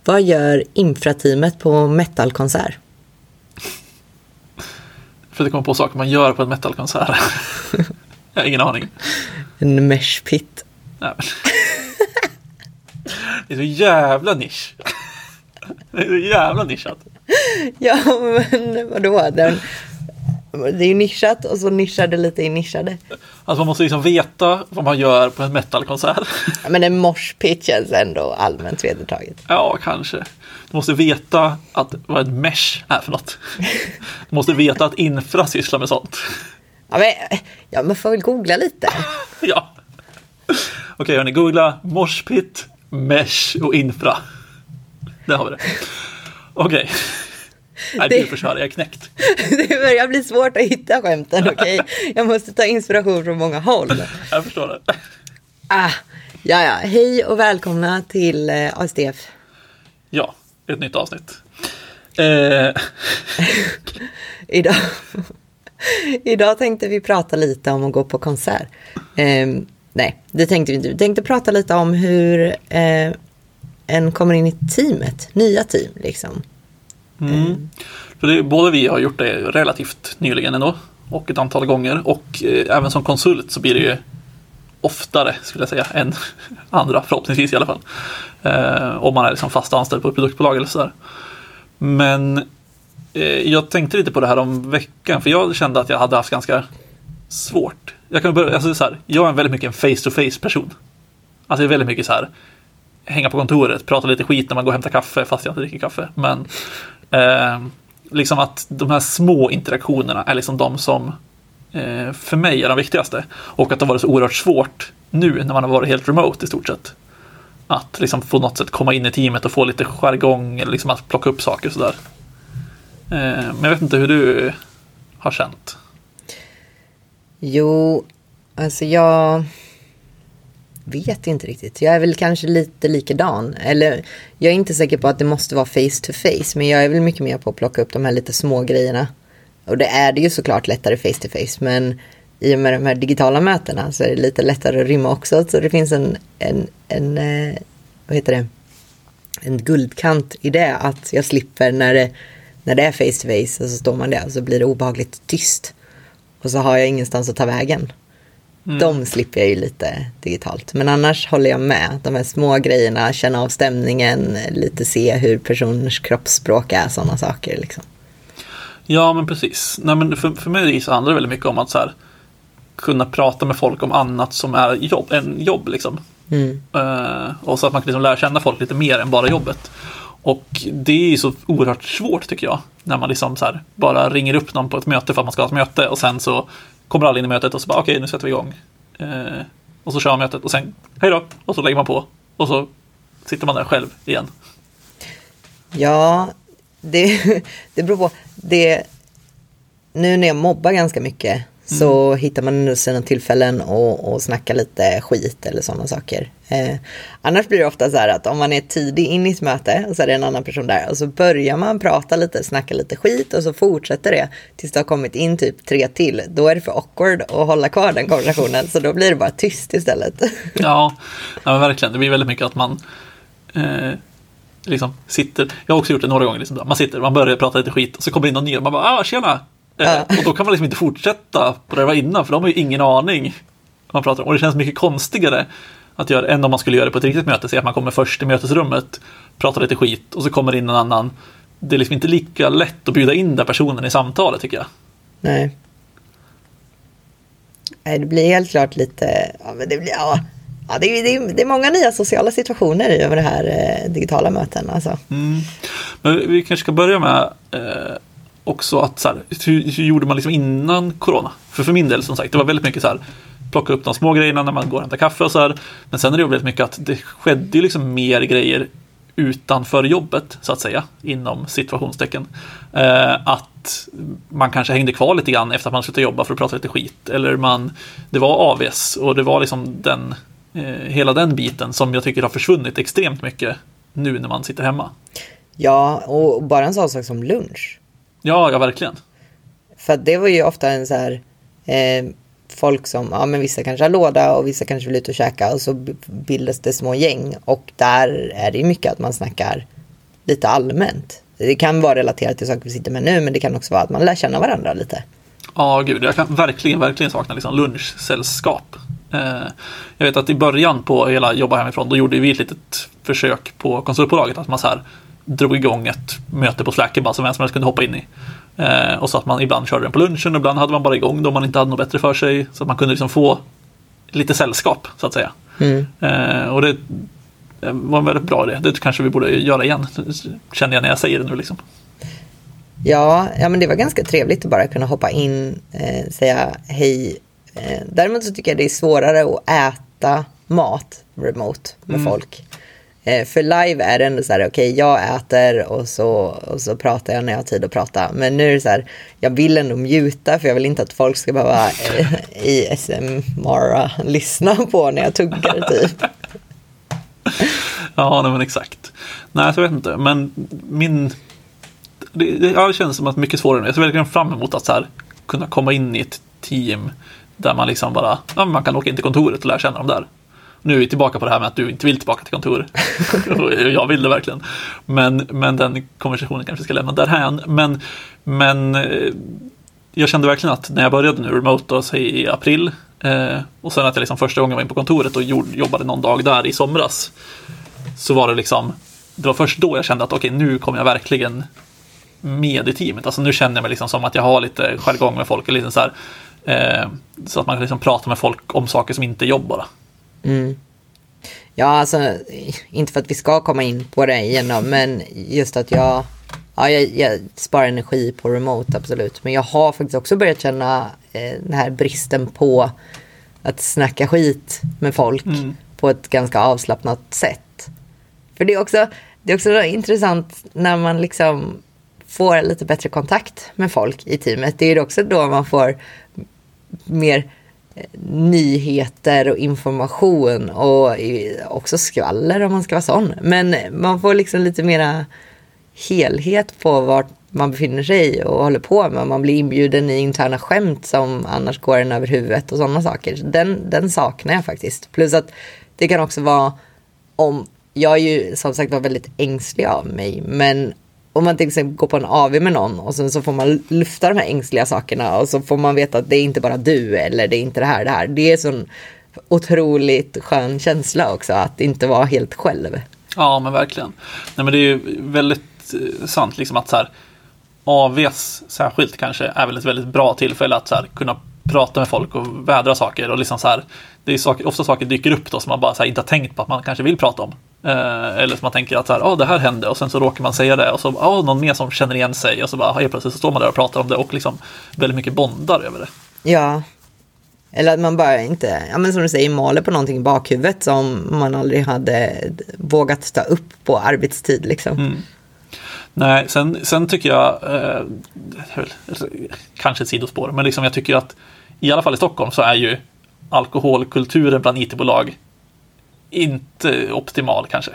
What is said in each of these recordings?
Vad gör infrateamet på metalkonsert? För att komma på saker man gör på en metalkonsert. Jag har ingen aning. En meshpit. Nej, men. Det är så jävla nisch. Det är så jävla nischat. Ja, men vadå? Det är ju nischat och så nischade lite i nischade. Alltså man måste liksom veta vad man gör på en metalkonsert. Ja, men en moshpit känns ändå allmänt vedertaget. Ja, kanske. Du måste veta vad en mesh är för något. Du måste veta att infra sysslar med sånt. Ja, men får väl googla lite. Ja. Okej, hörni, googla moshpit, mesh och infra. Där har vi det. Okej. Nej, du försvarar, jag är knäckt. Det börjar bli svårt att hitta skämten, okej? Jag måste ta inspiration från många håll. Jag förstår det. Ja. Hej och välkomna till ASDF. Ja, ett nytt avsnitt. Idag tänkte vi prata lite om att gå på konsert. Nej, det tänkte vi inte. Vi tänkte prata lite om hur en kommer in i teamet. Nya team, liksom. För både vi har gjort det relativt nyligen ändå. Och ett antal gånger. Och även som konsult så blir det ju oftare, skulle jag säga, än andra, förhoppningsvis i alla fall. Om man är liksom fast anställd på ett produktbolag eller sådär. Men jag tänkte lite på det här om veckan. För jag kände att jag hade haft ganska svårt. Jag är väldigt mycket en face-to-face person. Alltså det är väldigt mycket så här, hänga på kontoret, prata lite skit när man går och hämtar kaffe fast jag inte dricker kaffe. Men liksom att de här små interaktionerna är liksom de som för mig är de viktigaste. Och att det var så oerhört svårt nu när man har varit helt remote i stort sett. Att liksom på något sätt komma in i teamet och få lite jargong eller liksom att plocka upp saker och sådär. Men jag vet inte hur du har känt. Jo, alltså jag vet inte riktigt. Jag är väl kanske lite likadan. Eller jag är inte säker på att det måste vara face to face. Men jag är väl mycket mer på att plocka upp de här lite små grejerna. Och det är ju såklart lättare face to face. Men i och med de här digitala mötena så är det lite lättare att rymma också. Så det finns en vad heter det? En guldkant i det. Att jag slipper när det är face to face. Och så står man där och så blir det obehagligt tyst. Och så har jag ingenstans att ta vägen. De slipper jag ju lite digitalt. Men annars håller jag med. De här små grejerna, känna av stämningen, lite se hur personers kroppsspråk är, sådana saker liksom. Ja, men precis. Nej, men för mig så handlar det väldigt mycket om att så här, kunna prata med folk om annat som är jobb liksom. Och så att man kan liksom lära känna folk lite mer än bara jobbet. Och det är så oerhört svårt tycker jag. När man liksom så här, bara ringer upp någon på ett möte för att man ska ha ett möte. Och sen så kommer alla in i mötet och så bara okej, nu sätter vi igång. Och så kör man mötet och sen hej då. Och så lägger man på. Och så sitter man där själv igen. Ja, det beror på. Nu när jag mobbar ganska mycket så hittar man sina tillfällen och snacka lite skit eller sådana saker. Annars blir det ofta så här att om man är tidig in i ett möte och så är det en annan person där och så börjar man prata lite, snacka lite skit och så fortsätter det tills det har kommit in typ 3 till. Då är det för awkward att hålla kvar den konversationen så då blir det bara tyst istället. Ja, men verkligen. Det blir väldigt mycket att man liksom sitter. Jag har också gjort det några gånger. Liksom, man börjar prata lite skit och så kommer in någon ny och man bara, tjena! Och då kan man liksom inte fortsätta på det där innan för de har ju ingen aning vad man pratar om. Och det känns mycket konstigare att göra än om man skulle göra det på ett riktigt möte. Så att man kommer först i mötesrummet, pratar lite skit och så kommer in en annan. Det är liksom inte lika lätt att bjuda in den personen i samtalet tycker jag. Nej, det blir helt klart lite... Ja, men det blir... Ja, det är många nya sociala situationer i det här digitala möten. Alltså. Men vi kanske ska börja med också att så här, hur gjorde man liksom innan corona? För min del som sagt, det var väldigt mycket så här plocka upp de små grejerna när man går och hämtar kaffe och så här. Men sen är det ju väldigt mycket att det skedde ju liksom mer grejer utanför jobbet så att säga, inom situationstecken. Att man kanske hängde kvar lite grann efter att man slutade jobba för att prata lite skit. Eller det var AVS och det var liksom hela den biten som jag tycker har försvunnit extremt mycket nu när man sitter hemma. Ja, och bara en sån sak som lunch. Ja, verkligen. För det var ju ofta en så här folk som, men vissa kanske har låda och vissa kanske vill ut och käka och så bildas det små gäng och där är det ju mycket att man snackar lite allmänt. Det kan vara relaterat till saker vi sitter med nu, men det kan också vara att man lär känna varandra lite. Ja, gud, jag kan verkligen sakna liksom lunchsällskap. Jag vet att i början på hela jobba hemifrån, då gjorde vi ett litet försök på konsultbolaget att man så här drog igång ett möte på Slack bara som vem som helst kunde hoppa in i. Och så att man ibland körde den på lunchen och ibland hade man bara igång då man inte hade något bättre för sig, så att man kunde liksom få lite sällskap så att säga. Och det var en väldigt bra idé. Det kanske vi borde göra igen, känner jag när jag säger det nu liksom. Ja, men det var ganska trevligt att bara kunna hoppa in, säga hej. Däremot så tycker jag det är svårare att äta mat remote med folk. För live är det ändå så här, okej, jag äter och så pratar jag när jag har tid att prata. Men nu är det så här, jag vill ändå mjuta för jag vill inte att folk ska behöva i SMR lyssna på när jag tuggar typ. Ja, nej, men exakt. Nej, jag vet inte. Men det känns som att mycket svårare. Jag ser verkligen fram emot att så här, kunna komma in i ett team där man liksom bara, man kan åka in till kontoret och lära känna dem där. Nu är vi tillbaka på det här med att du inte vill tillbaka till kontor. Jag vill det verkligen. Men den konversationen kanske ska lämna därhän. Men jag kände verkligen att när jag började nu remote i april och sen att jag liksom första gången var in på kontoret och jobbade någon dag där i somras, så var det liksom, det var först då jag kände att okej, nu kommer jag verkligen med i teamet. Alltså nu känner jag mig liksom som att jag har lite jargong med folk, liksom så här, så att man kan liksom prata med folk om saker som inte är jobb bara. Ja, alltså inte för att vi ska komma in på det igen, men just att jag sparar energi på remote, absolut. Men jag har faktiskt också börjat känna den här bristen på att snacka skit med folk på ett ganska avslappnat sätt. För det är också intressant när man liksom får lite bättre kontakt med folk i teamet. Det är också då man får mer nyheter och information och också skvaller om man ska vara sån. Men man får liksom lite mera helhet på vart man befinner sig och håller på med. Man blir inbjuden i interna skämt som annars går en över huvudet och sådana saker. Den saknar jag faktiskt. Plus att det kan också vara om jag är ju som sagt var väldigt ängslig av mig, men om man till exempel går på en AV med någon och sen så får man lufta de här ängsliga sakerna och så får man veta att det är inte bara du eller det är inte det här. Det är sån otroligt skön känsla också att inte vara helt själv. Ja, men verkligen. Nej, men det är ju väldigt sant liksom att så här, AVs särskilt kanske är väl ett väldigt bra tillfälle att så här, kunna prata med folk och vädra saker och liksom så här, det är ofta saker dyker upp då som man bara så här, inte har tänkt på att man kanske vill prata om. Eller som man tänker att så här, det här hände och sen så råkar man säga det och så någon mer som känner igen sig och så bara helt plötsligt så står man där och pratar om det och liksom väldigt mycket bondar över det. Ja. Eller att man bara inte, men som du säger, maler på någonting i bakhuvudet som man aldrig hade vågat ta upp på arbetstid liksom. Nej, sen tycker jag kanske ett sidospår, men liksom jag tycker att i alla fall i Stockholm så är ju alkoholkulturen bland IT-bolag inte optimal kanske.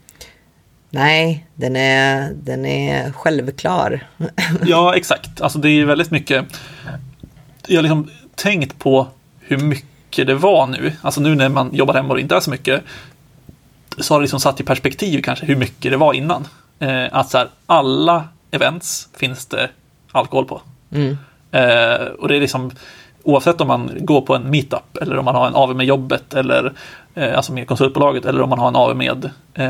Nej, den är självklar. Ja, exakt. Alltså det är väldigt mycket. Jag har liksom tänkt på hur mycket det var nu. Alltså nu när man jobbar hemma och inte är så mycket, så har det liksom satt i perspektiv kanske hur mycket det var innan. Att så här, alla events finns det alkohol på. Och det är liksom oavsett om man går på en meetup eller om man har en AV med jobbet eller alltså med konsultbolaget eller om man har en AV med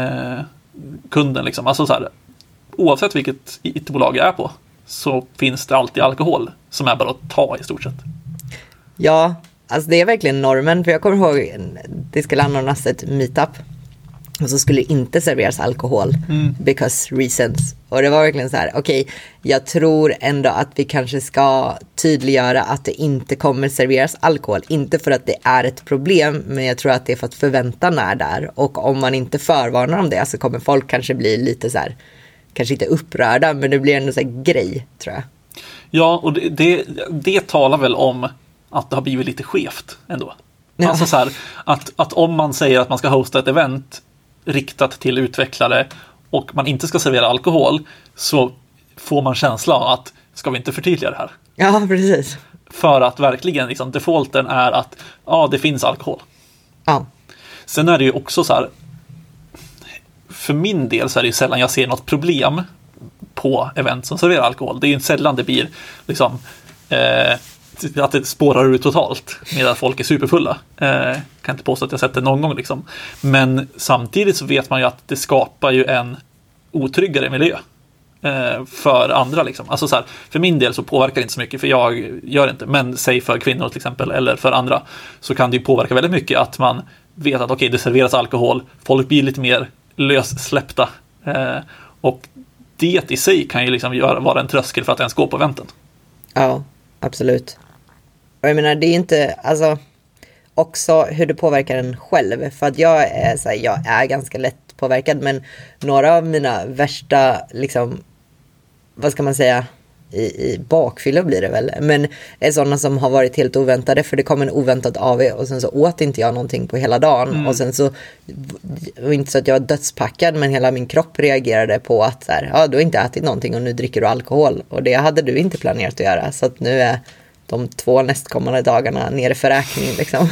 kunden liksom. Alltså så här, oavsett vilket IT-bolag jag är på så finns det alltid alkohol som är bara att ta i stort sett. Ja, alltså det är verkligen normen, för jag kommer ihåg det skulle anordnas ett meetup och så skulle det inte serveras alkohol because reasons. Och det var verkligen så här, okej, jag tror ändå att vi kanske ska tydliggöra att det inte kommer serveras alkohol. Inte för att det är ett problem, men jag tror att det är för att förväntan är där. Och om man inte förvarnar om det så kommer folk kanske bli lite så här, kanske inte upprörda, men det blir ändå så här grej, tror jag. Ja, och det talar väl om att det har blivit lite skevt ändå. Ja. Alltså så här, att om man säger att man ska hosta ett event riktat till utvecklare och man inte ska servera alkohol, så får man känslan av att ska vi inte förtydliga det här? Ja, precis. För att verkligen liksom, defaulten är att det finns alkohol. Ja. Sen är det ju också så här, för min del så är det ju sällan jag ser något problem på event som serverar alkohol. Det är ju inte sällan det blir liksom att det spårar ut totalt med att folk är superfulla. Kan inte påstå att jag sett det någon gång liksom. Men samtidigt så vet man ju att det skapar ju en otryggare miljö för andra liksom. Alltså så här, för min del så påverkar det inte så mycket, för jag gör inte, men säg för kvinnor till exempel eller för andra, så kan det ju påverka väldigt mycket att man vet att okej, det serveras alkohol, folk blir lite mer lössläppta och det i sig kan ju liksom vara en tröskel för att ens gå på eventen. Ja, absolut. Och jag menar, det är inte, alltså också hur det påverkar en själv, för att jag är ganska lätt påverkad, men några av mina värsta liksom, vad ska man säga, i bakfylla blir det väl, men är sådana som har varit helt oväntade, för det kom en oväntad AV och sen så åt inte jag någonting på hela dagen och sen så, och inte så att jag var dödspackad, men hela min kropp reagerade på att så här, ja, du har inte ätit någonting och nu dricker du alkohol, och det hade du inte planerat att göra, så att nu är de 2 nästkommande dagarna nere för räkning liksom.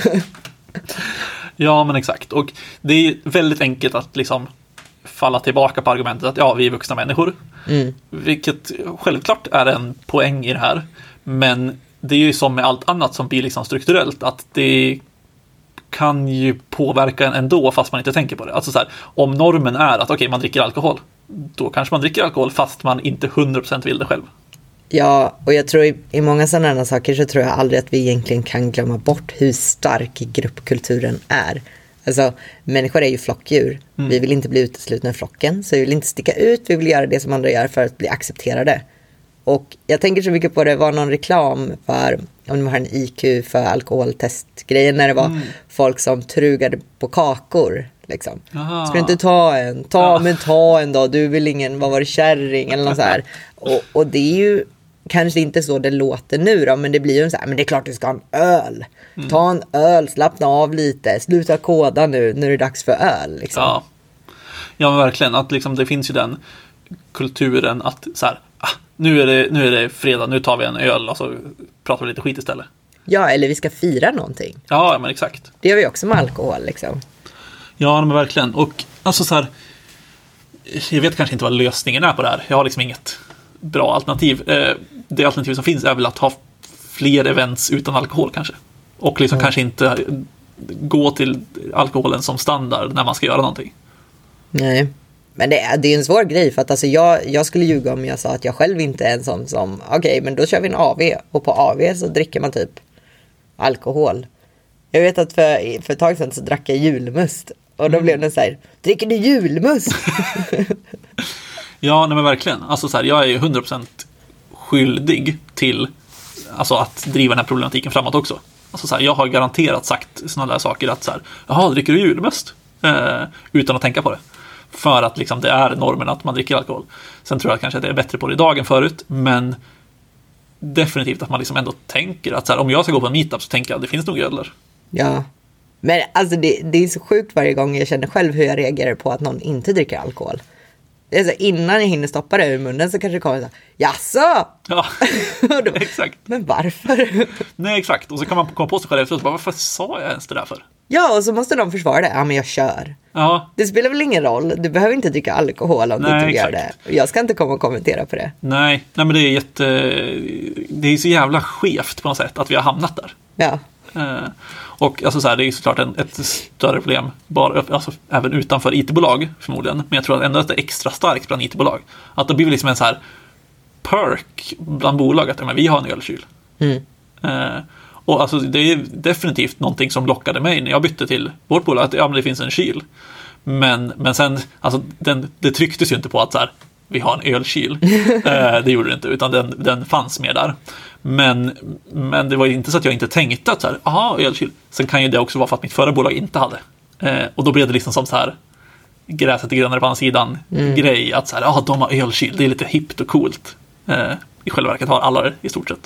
Ja, men exakt. Och det är väldigt enkelt att liksom falla tillbaka på argumentet att ja, vi är vuxna människor. Vilket självklart är en poäng i det här. Men det är ju som med allt annat som blir liksom strukturellt, att det kan ju påverka en ändå fast man inte tänker på det. Alltså så här, om normen är att okej, man dricker alkohol, då kanske man dricker alkohol fast man inte 100% vill det själv. Ja, och jag tror i många sådana saker så tror jag aldrig att vi egentligen kan glömma bort hur stark gruppkulturen är. Alltså, människor är ju flockdjur. Vi vill inte bli uteslutna i flocken, så vi vill inte sticka ut, vi vill göra det som andra gör för att bli accepterade. Och jag tänker så mycket på det, var någon reklam för, om de har en IQ för alkoholtestgrejen, när det var folk som trugade på kakor liksom. Ska du inte ta en? Men ta en då, du vill ingen, vad var det, kärring eller något så här. Och det är ju kanske inte så det låter nu då, men det blir ju så här, men det är klart du ska ha en öl. Ta en öl, slappna av lite, sluta koda nu när det är dags för öl liksom. Ja, men verkligen, att liksom det finns ju den kulturen att så här, nu är det fredag, nu tar vi en öl och så pratar vi lite skit istället. Ja, eller vi ska fira någonting. Ja, men exakt. Det gör vi också med alkohol liksom. Ja, men verkligen. Och alltså så här, jag vet kanske inte vad lösningen är på det här. Jag har liksom inget bra alternativ. Det alternativ som finns är väl att ha fler events utan alkohol kanske. Och liksom kanske inte gå till alkoholen som standard när man ska göra någonting. Nej, men det är en svår grej, för att alltså jag skulle ljuga om jag sa att jag själv inte är en sån som, okej, men då kör vi en AV, och på AV så dricker man typ alkohol. Jag vet att för ett tag sedan så drack jag julmust, och då blev det så här, dricker du julmust? Ja, nej, men verkligen. Alltså så här, jag är ju 100% skyldig till alltså att driva den här problematiken framåt också. Alltså så här, jag har garanterat sagt sådana där saker att så här, jaha, dricker du julmust? Utan att tänka på det. För att liksom det är normen att man dricker alkohol. Sen tror jag kanske att det är bättre på det idag än förut, men definitivt att man liksom ändå tänker att så här, om jag ska gå på en meetup så tänker jag att det finns nog öler. Ja, men alltså det är så sjukt varje gång jag känner själv hur jag reagerar på att någon inte dricker alkohol. Det är så, innan jag hinner stoppa det ur munnen så kanske det kommer så här, jaså? Ja, då, exakt. Men varför? Nej, exakt. Och så kan man komma på sig själv efteråt, varför sa jag ens det där för? Ja, och så måste de försvara det. Ja, men jag kör. Ja. Det spelar väl ingen roll. Du behöver inte dricka alkohol om du inte gör det. Jag ska inte komma och kommentera på det. Nej, men det är det är så jävla skevt på något sätt att vi har hamnat där. Ja. Och alltså så här, det är ju såklart ett större problem bara, alltså, även utanför IT-bolag förmodligen, men jag tror att ändå att det är extra starkt bland IT-bolag, att det blir liksom en så här perk bland bolag att men, vi har en ölkyl. Och alltså, det är definitivt någonting som lockade mig när jag bytte till vårt bolag, att ja, men det finns en kyl, men sen alltså, det trycktes ju inte på att så här, vi har en ölkyl. Det gjorde det inte, utan den fanns med där. Men det var inte så att jag inte tänkte att så här, aha, ölkyl. Sen kan ju det också vara för att mitt förra bolag inte hade. Och då blev det liksom som så här gräset är grönare på andra sidan grej, att så här, de har ölkyl, det är lite hippt och coolt. I själva verket har alla det i stort sett.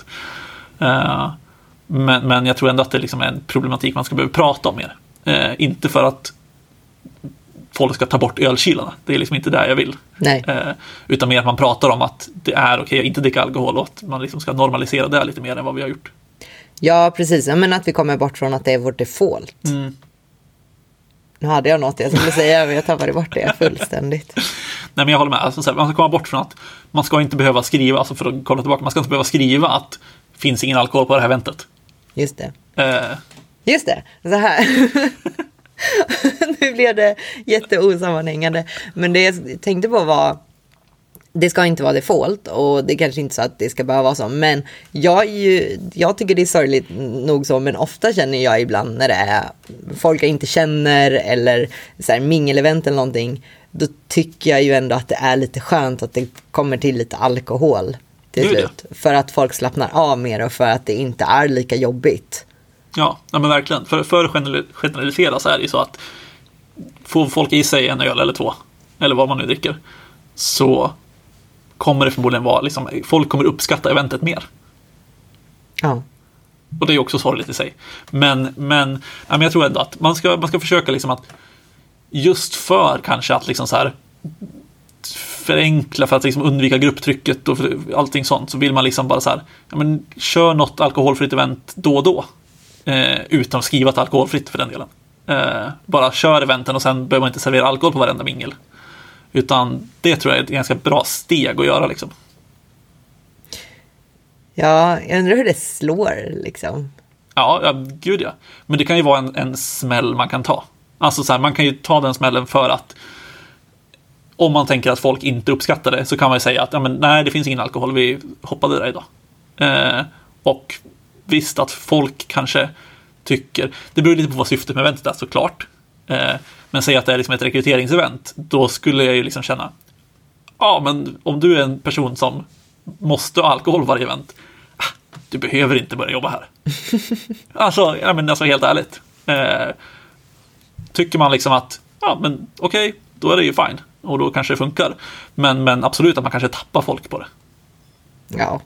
Men jag tror ändå att det liksom är en problematik man ska behöva prata om mer. Inte för att folk ska ta bort ölkylarna. Det är liksom inte det jag vill. Nej. Utan mer att man pratar om att det är okej att inte dricka alkohol och att man liksom ska normalisera det lite mer än vad vi har gjort. Ja, precis. Men att vi kommer bort från att det är vårt default. Nu hade jag något jag skulle säga, men jag tappade bort det fullständigt. Nej, men jag håller med. Alltså, så här, man ska komma bort från att man ska inte behöva skriva, alltså för att kolla tillbaka, man ska inte behöva skriva att finns ingen alkohol på det här eventet. Just det. Just det, så här. Nu blev det jätteosammanhängande. Men det jag tänkte på var, det ska inte vara default, och det är kanske inte så att det ska behöva vara så, men jag tycker det är sorgligt nog så, men ofta känner jag ibland när det är folk jag inte känner eller så här mingelevent eller någonting, då tycker jag ju ändå att det är lite skönt att det kommer till lite alkohol till slut, för att folk slappnar av mer och för att det inte är lika jobbigt. Ja, men verkligen. För att generalisera så är det ju så att får folk i sig en öl eller två, eller vad man nu dricker, så kommer det förmodligen vara liksom, folk kommer uppskatta eventet mer. Ja. Och det är också sorgligt i sig. Men jag tror ändå att man ska försöka liksom att just för kanske att liksom så här förenkla, för att liksom undvika grupptrycket och allting sånt, så vill man liksom bara så här, kör något alkoholfritt event då och då. Utan att skriva ett alkoholfritt för den delen. Bara kör eventen och sen behöver man inte servera alkohol på varenda mingel. Utan det tror jag är ett ganska bra steg att göra liksom. Ja, jag undrar hur det slår liksom. Ja, gud ja. Men det kan ju vara en smäll man kan ta. Alltså så här, man kan ju ta den smällen för att om man tänker att folk inte uppskattar det, så kan man ju säga att nej, det finns ingen alkohol, vi hoppade där idag. Och visst att folk kanske tycker, det beror lite på vad syftet med eventet är såklart. Men säg att det är liksom ett rekryteringsevent, då skulle jag ju liksom känna, men om du är en person som måste ha alkohol varje event, du behöver inte börja jobba här. alltså helt ärligt. Tycker man liksom att okej, då är det ju fine, och då kanske det funkar. Men absolut att man kanske tappar folk på det. Ja.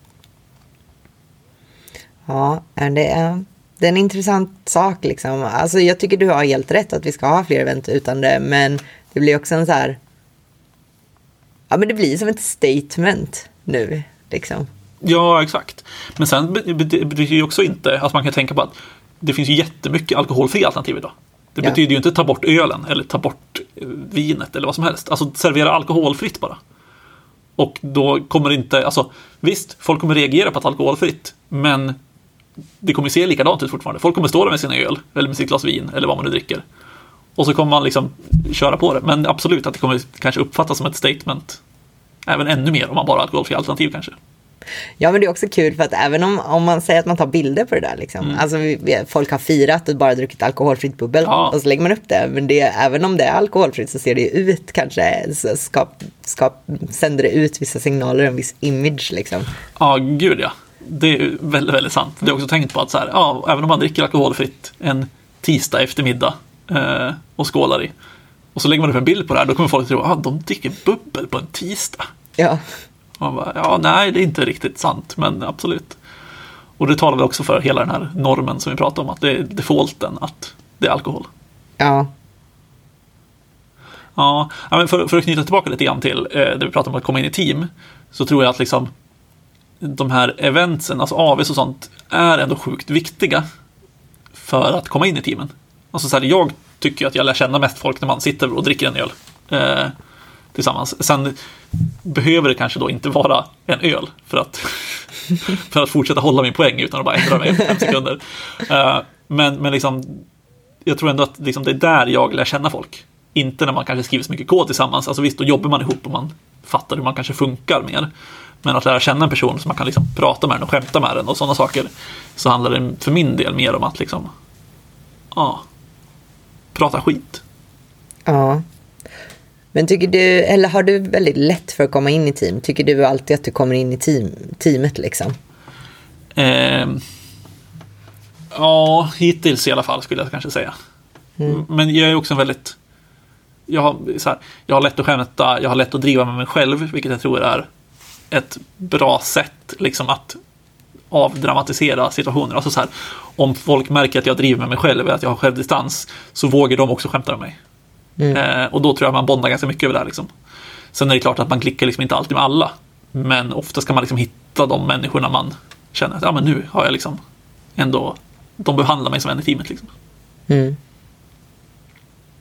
Ja, det är en intressant sak liksom. Alltså jag tycker du har helt rätt att vi ska ha fler event utan det, men det blir också en så här, men det blir som ett statement nu liksom. Ja, exakt. Men sen betyder ju också inte att man kan tänka på att det finns ju jättemycket alkoholfria alternativ idag. Det betyder ju inte ta bort ölen eller ta bort vinet eller vad som helst. Alltså servera alkoholfritt bara. Och då kommer det inte, alltså visst, folk kommer reagera på att alkoholfritt, men det kommer se likadant ut fortfarande. Folk kommer stå där med sin öl eller med sitt glas vin eller vad man nu dricker. Och så kommer man liksom köra på det. Men absolut att det kommer kanske uppfattas som ett statement. Även ännu mer om man bara har alkoholfria alternativ kanske. Ja, men det är också kul för att även om man säger att man tar bilder på det där liksom. Alltså folk har firat och bara druckit alkoholfritt bubbel, och så lägger man upp det. Men även om det är alkoholfritt så ser det ut kanske, sänder det ut vissa signaler, en viss image liksom. Ja, gud ja. Det är väldigt, väldigt sant. Det är också tänkt på att så här, även om man dricker alkoholfritt en tisdag eftermiddag och skålar i, och så lägger man upp en bild på det här, då kommer folk tro att de dricker bubbel på en tisdag. Ja. Man bara, nej, det är inte riktigt sant, men absolut. Och det talar väl också för hela den här normen som vi pratar om, att det är defaulten att det är alkohol. Ja. Ja, men för att knyta tillbaka lite grann till det vi pratar om att komma in i team, så tror jag att liksom de här eventsen, alltså AVs och sånt, är ändå sjukt viktiga för att komma in i teamen. Alltså så här, jag tycker att jag lär känna mest folk när man sitter och dricker en öl tillsammans. Sen behöver det kanske då inte vara en öl för att fortsätta hålla min poäng utan att bara ändra mig efter 5 sekunder. Men liksom, jag tror ändå att liksom, det är där jag lär känna folk. Inte när man kanske skriver så mycket kod tillsammans. Alltså visst, då jobbar man ihop och man fattar hur man kanske funkar mer. Men att lära känna en person som man kan liksom prata med den och skämta med den och sådana saker, så handlar det för min del mer om att liksom prata skit. Ja. Men tycker du, eller har du väldigt lätt för att komma in i team? Tycker du alltid att du kommer in i teamet liksom? Ja, hittills i alla fall skulle jag kanske säga. Men jag är också en väldigt, jag har lätt att skämta, jag har lätt att driva med mig själv, vilket jag tror är ett bra sätt liksom att avdramatisera situationer. Alltså så här, om folk märker att jag driver med mig själv, att jag har självdistans, så vågar de också skämta med mig. Och då tror jag man bondar ganska mycket över det här liksom. Sen är det klart att man klickar liksom inte alltid med alla, men ofta ska man liksom hitta de människorna man känner att men nu har jag liksom ändå, de behandlar mig som en i teamet liksom.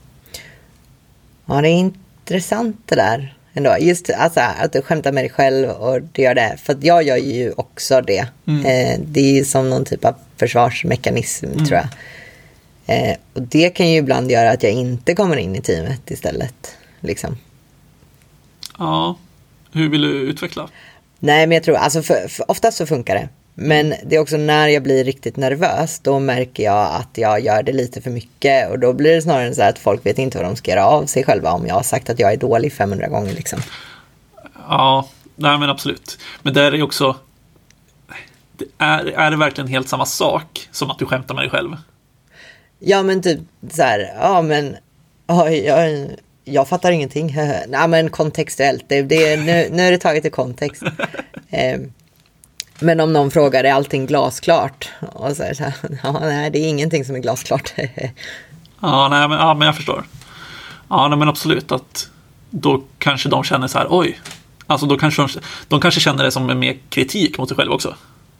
Ja, det är intressant det där ändå. Just alltså, att du skämtar med dig själv och du gör det. För att jag gör ju också det. Det är som någon typ av försvarsmekanism tror jag. Och det kan ju ibland göra att jag inte kommer in i teamet istället. Liksom. Ja, hur vill du utveckla? Nej, men jag tror, alltså för oftast så funkar det. Men det är också när jag blir riktigt nervös, då märker jag att jag gör det lite för mycket. Och då blir det snarare så här att folk vet inte vad de ska göra av sig själva om jag har sagt att jag är dålig 500 gånger. Liksom. Ja, nej men absolut. Men där är ju också, är det verkligen helt samma sak som att du skämtar med dig själv? Ja, men typ så här, ja men jag fattar ingenting. Nej, men kontextuellt, nu är det taget i kontext. Men om någon frågar, är allting glasklart? Och så här, ja, nej, det är ingenting som är glasklart. Men jag förstår. Ja, nej, men absolut att då kanske de känner så här, oj. Alltså då kanske de kanske känner det som en mer kritik mot sig själv också.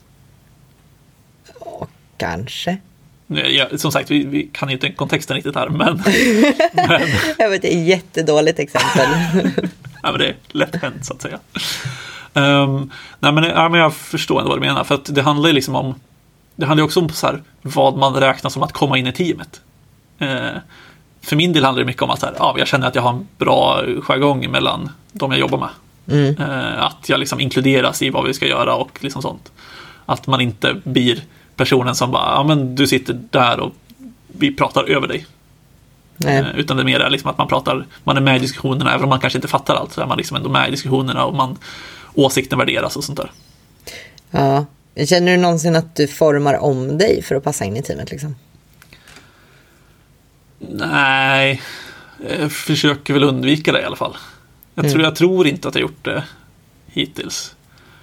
Och kanske. Ja, som sagt, vi kan inte kontexten riktigt här, men... Jag vet, det är ett jättedåligt exempel. Ja, men det är lätt hänt, så att säga. Men jag förstår ändå vad du menar. För att det handlar ju liksom om... Det handlar ju också om så här, vad man räknar som att komma in i teamet. För min del handlar det mycket om att så här, jag känner att jag har en bra jargong mellan de jag jobbar med. Att jag liksom inkluderas i vad vi ska göra och liksom sånt. Att man inte blir personen som bara, men du sitter där och vi pratar över dig. Utan det är mer liksom att man är med i diskussionerna, även om man kanske inte fattar allt, så är man liksom ändå med i diskussionerna och åsikten värderas och sånt där. Ja. Känner du någonsin att du formar om dig för att passa in i teamet liksom? Nej, jag försöker väl undvika det i alla fall. Jag tror inte att jag gjort det hittills.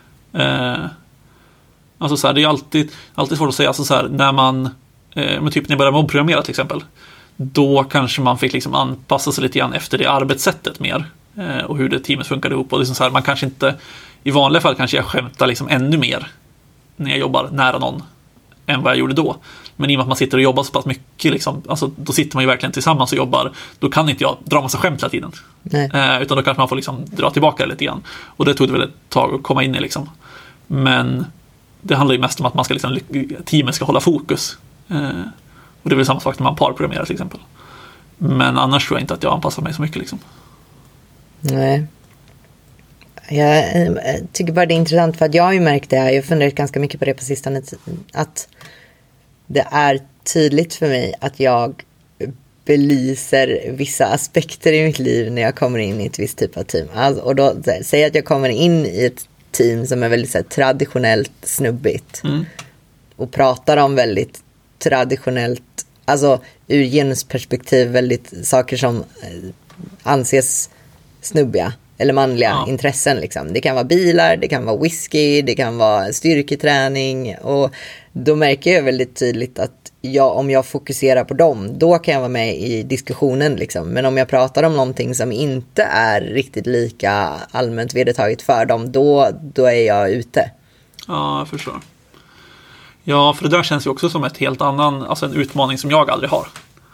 Alltså så här, det är alltid svårt att säga, alltså så här, när man men typ när jag började mobbprogrammera till exempel, då kanske man fick liksom anpassa sig lite grann efter det arbetssättet mer och hur det teamet funkade ihop. Och liksom så här, man kanske inte, i vanliga fall kanske jag skämtar liksom ännu mer när jag jobbar nära någon än vad jag gjorde då. Men i och med att man sitter och jobbar så pass mycket liksom, alltså, då sitter man ju verkligen tillsammans och jobbar, då kan inte jag dra massa skämt hela tiden. Utan då kanske man får liksom dra tillbaka det lite grann. Och det tog det väl ett tag att komma in i liksom. Men det handlar ju mest om att man ska liksom, teamet ska hålla fokus. Och det är väl samma sak när man parprogrammerar till exempel. Men annars tror jag inte att jag anpassar mig så mycket liksom. Nej. Jag tycker bara det är intressant, för att jag har ju märkt det här, jag har funderat ganska mycket på det på sistone, att det är tydligt för mig att jag belyser vissa aspekter i mitt liv när jag kommer in i ett visst typ av team. Alltså, och då säger att jag kommer in i ett team som är väldigt så här, traditionellt snubbigt och pratar om väldigt traditionellt, alltså ur genusperspektiv väldigt saker som anses snubbiga eller manliga intressen liksom. Det kan vara bilar, det kan vara whisky, det kan vara styrketräning, och då märker jag väldigt tydligt att om jag fokuserar på dem, då kan jag vara med i diskussionen liksom. Men om jag pratar om någonting som inte är riktigt lika allmänt vedertaget för dem, då är jag ute. Ja, jag förstår. Ja, för det där känns ju också som ett helt annan, alltså en utmaning som jag aldrig har.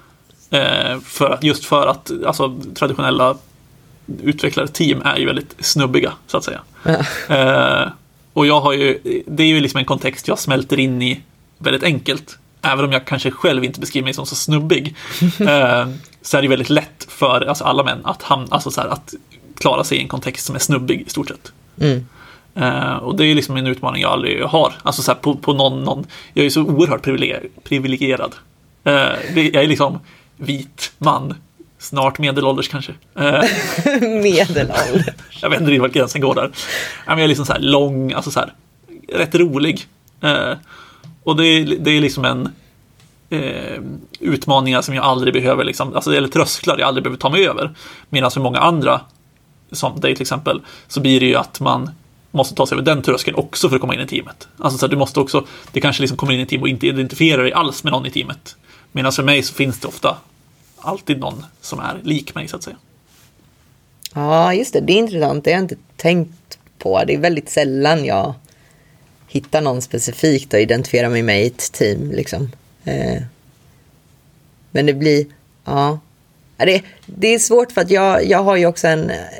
För att alltså, traditionella utvecklade team är ju väldigt snubbiga, så att säga. Och jag har ju, det är ju liksom en kontext jag smälter in i väldigt enkelt. Även om jag kanske själv inte beskriver mig som så snubbig, så är det väldigt lätt för alltså, alla män att klara sig i en kontext som är snubbig i stort sett. Och det är liksom en utmaning jag aldrig har. Alltså så här, på någon jag är ju så oerhört privilegierad. Jag är liksom vit man, snart medelålders kanske. Medelålders. Jag vet inte vad gränsen går där. Men jag är liksom så här lång, alltså så här rätt rolig. Och det är liksom en utmaningar som jag aldrig behöver liksom, alltså det är trösklar jag aldrig behöver ta mig över. Medan för många andra, som dig till exempel, så blir det ju att man måste ta sig över den tröskeln också för att komma in i teamet. Alltså så här, du måste också, det kanske liksom kommer in i ett team och inte identifierar dig alls med någon i teamet. Medan för mig så finns det ofta alltid någon som är lik mig, så att säga. Ja, just det. Det är intressant. Det har jag inte tänkt på. Det är väldigt sällan jag hittar någon specifikt och identifierar mig med i ett team. Liksom. Men det blir... Ja. Det är svårt för att jag har ju också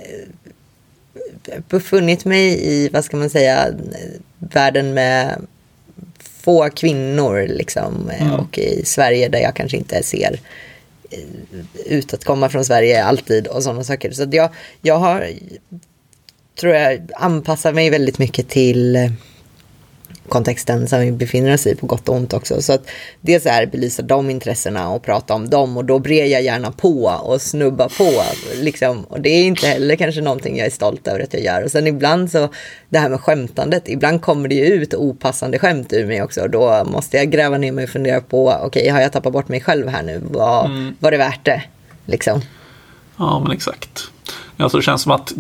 befunnit mig i, vad ska man säga, världen med få kvinnor liksom, och i Sverige där jag kanske inte ser ut att komma från Sverige alltid och sådana saker. Så att jag har, tror jag, anpassat mig väldigt mycket till kontexten som vi befinner oss i, på gott och ont också. Så att det är så här, belysa de intressena och prata om dem, och då brer jag gärna på och snubba på liksom. Och det är inte heller kanske någonting jag är stolt över att jag gör. Och sen ibland så, det här med skämtandet, ibland kommer det ju ut opassande skämt ur mig också, och då måste jag gräva ner mig och fundera på, okej, har jag tappat bort mig själv här nu? Var det värt det? Liksom. Ja, men exakt. Alltså det känns som att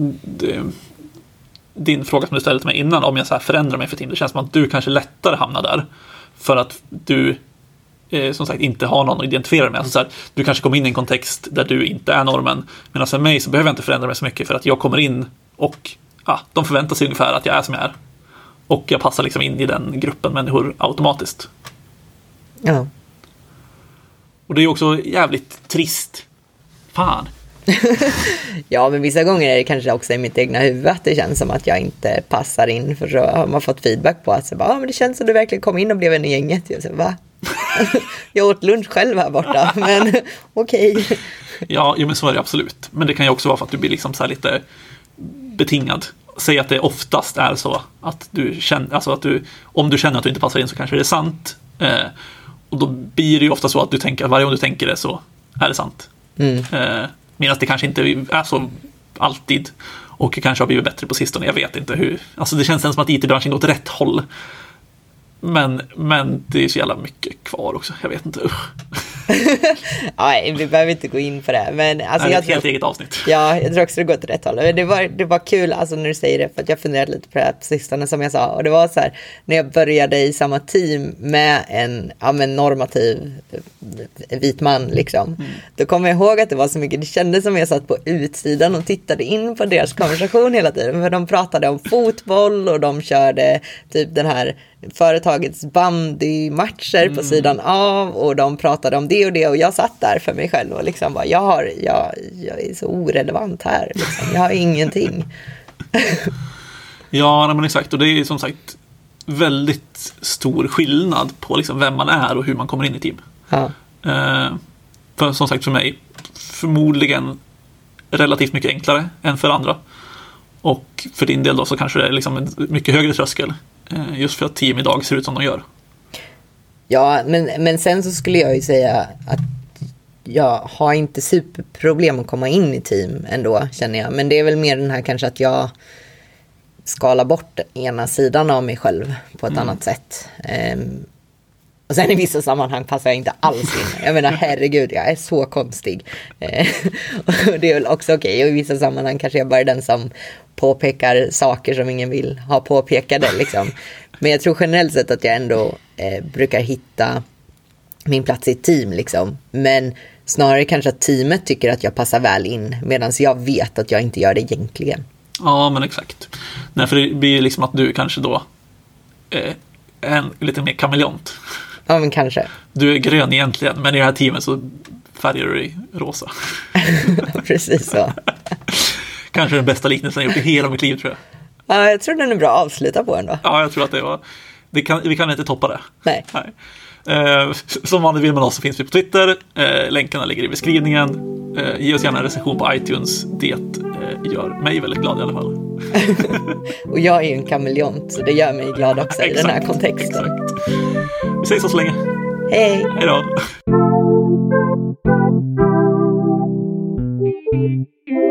din fråga som du ställde till mig innan, om jag så här förändrar mig för team, det känns som att du kanske lättare hamnar där för att du som sagt inte har någon att identifiera med. Alltså så här, du kanske kommer in i en kontext där du inte är normen, medan för mig så behöver jag inte förändra mig så mycket, för att jag kommer in och de förväntar sig ungefär att jag är som jag är, och jag passar liksom in i den gruppen människor automatiskt. Ja. Och det är också jävligt trist. Fan. Ja, men vissa gånger är det kanske också i mitt egna huvud att det känns som att jag inte passar in, för så har man fått feedback på att men det känns som du verkligen kom in och blev en i gänget. Jag säger, va? Jag åt lunch själv här borta, men okej. Ja, men så är det absolut. Men det kan ju också vara för att du blir liksom så här lite betingad. Säg att det oftast är så att du känner, alltså att om du känner att du inte passar in, så kanske det är sant. Och då blir det ju ofta så att du tänker att varje gång du tänker det så är det sant. Medan det kanske inte är så alltid, och kanske har blivit bättre på sistone. Jag vet inte hur. Alltså det känns som att IT-branschen går åt rätt håll. Men det är så jävla mycket kvar också. Jag vet inte. Nej, vi behöver inte gå in på det. Men alltså, det är ett helt eget avsnitt. Ja, jag tror också det går åt rätt håll. Men det var kul alltså, när du säger det, för att jag funderade lite på det här på sistone, som jag sa. Och det var så här, när jag började i samma team med en normativ vit man liksom. Då kommer jag ihåg att det var så mycket, det kändes som jag satt på utsidan och tittade in på deras konversation hela tiden. För de pratade om fotboll och de körde typ den här företagets bandymatcher på sidan av, och de pratade om det och det, och jag satt där för mig själv och liksom bara, jag är så orelevant här liksom. Jag har ingenting. Ja, men exakt, och det är som sagt väldigt stor skillnad på liksom vem man är och hur man kommer in i team. Ja. För som sagt, för mig förmodligen relativt mycket enklare än för andra, och för din del då så kanske det är liksom en mycket högre tröskel, just för att team idag ser ut som de gör. Ja, men sen så skulle jag ju säga att jag har inte superproblem att komma in i team ändå, känner jag. Men det är väl mer den här kanske att jag skalar bort ena sidan av mig själv på ett annat sätt. Och sen i vissa sammanhang passar jag inte alls in. Jag menar, herregud, jag är så konstig. Och det är väl också okej. Och i vissa sammanhang kanske jag bara är den som påpekar saker som ingen vill ha påpekade liksom. Men jag tror generellt sett att jag ändå brukar hitta min plats i ett team liksom. Men snarare kanske att teamet tycker att jag passar väl in, medan jag vet att jag inte gör det egentligen. Ja, men exakt. Nej, för det blir liksom att du kanske då är en lite mer kameleont. Ja, men kanske. Du är grön egentligen, men i det här teamet så färgar du dig rosa. Precis så. Kanske den bästa liknelsen jag gjort i hela mitt liv, tror jag. Ja, jag tror den är bra att avsluta på ändå. Ja, jag tror att det var... Vi kan inte toppa det. Nej. Som vanligt vill man oss så finns vi på Twitter. Länkarna ligger i beskrivningen. Ge oss gärna en recension på iTunes. Det gör mig väldigt glad i alla fall. Och jag är ju en kameleont, så det gör mig glad också i den här kontexten. Exakt. Vi ses så länge. Hej! Hej då!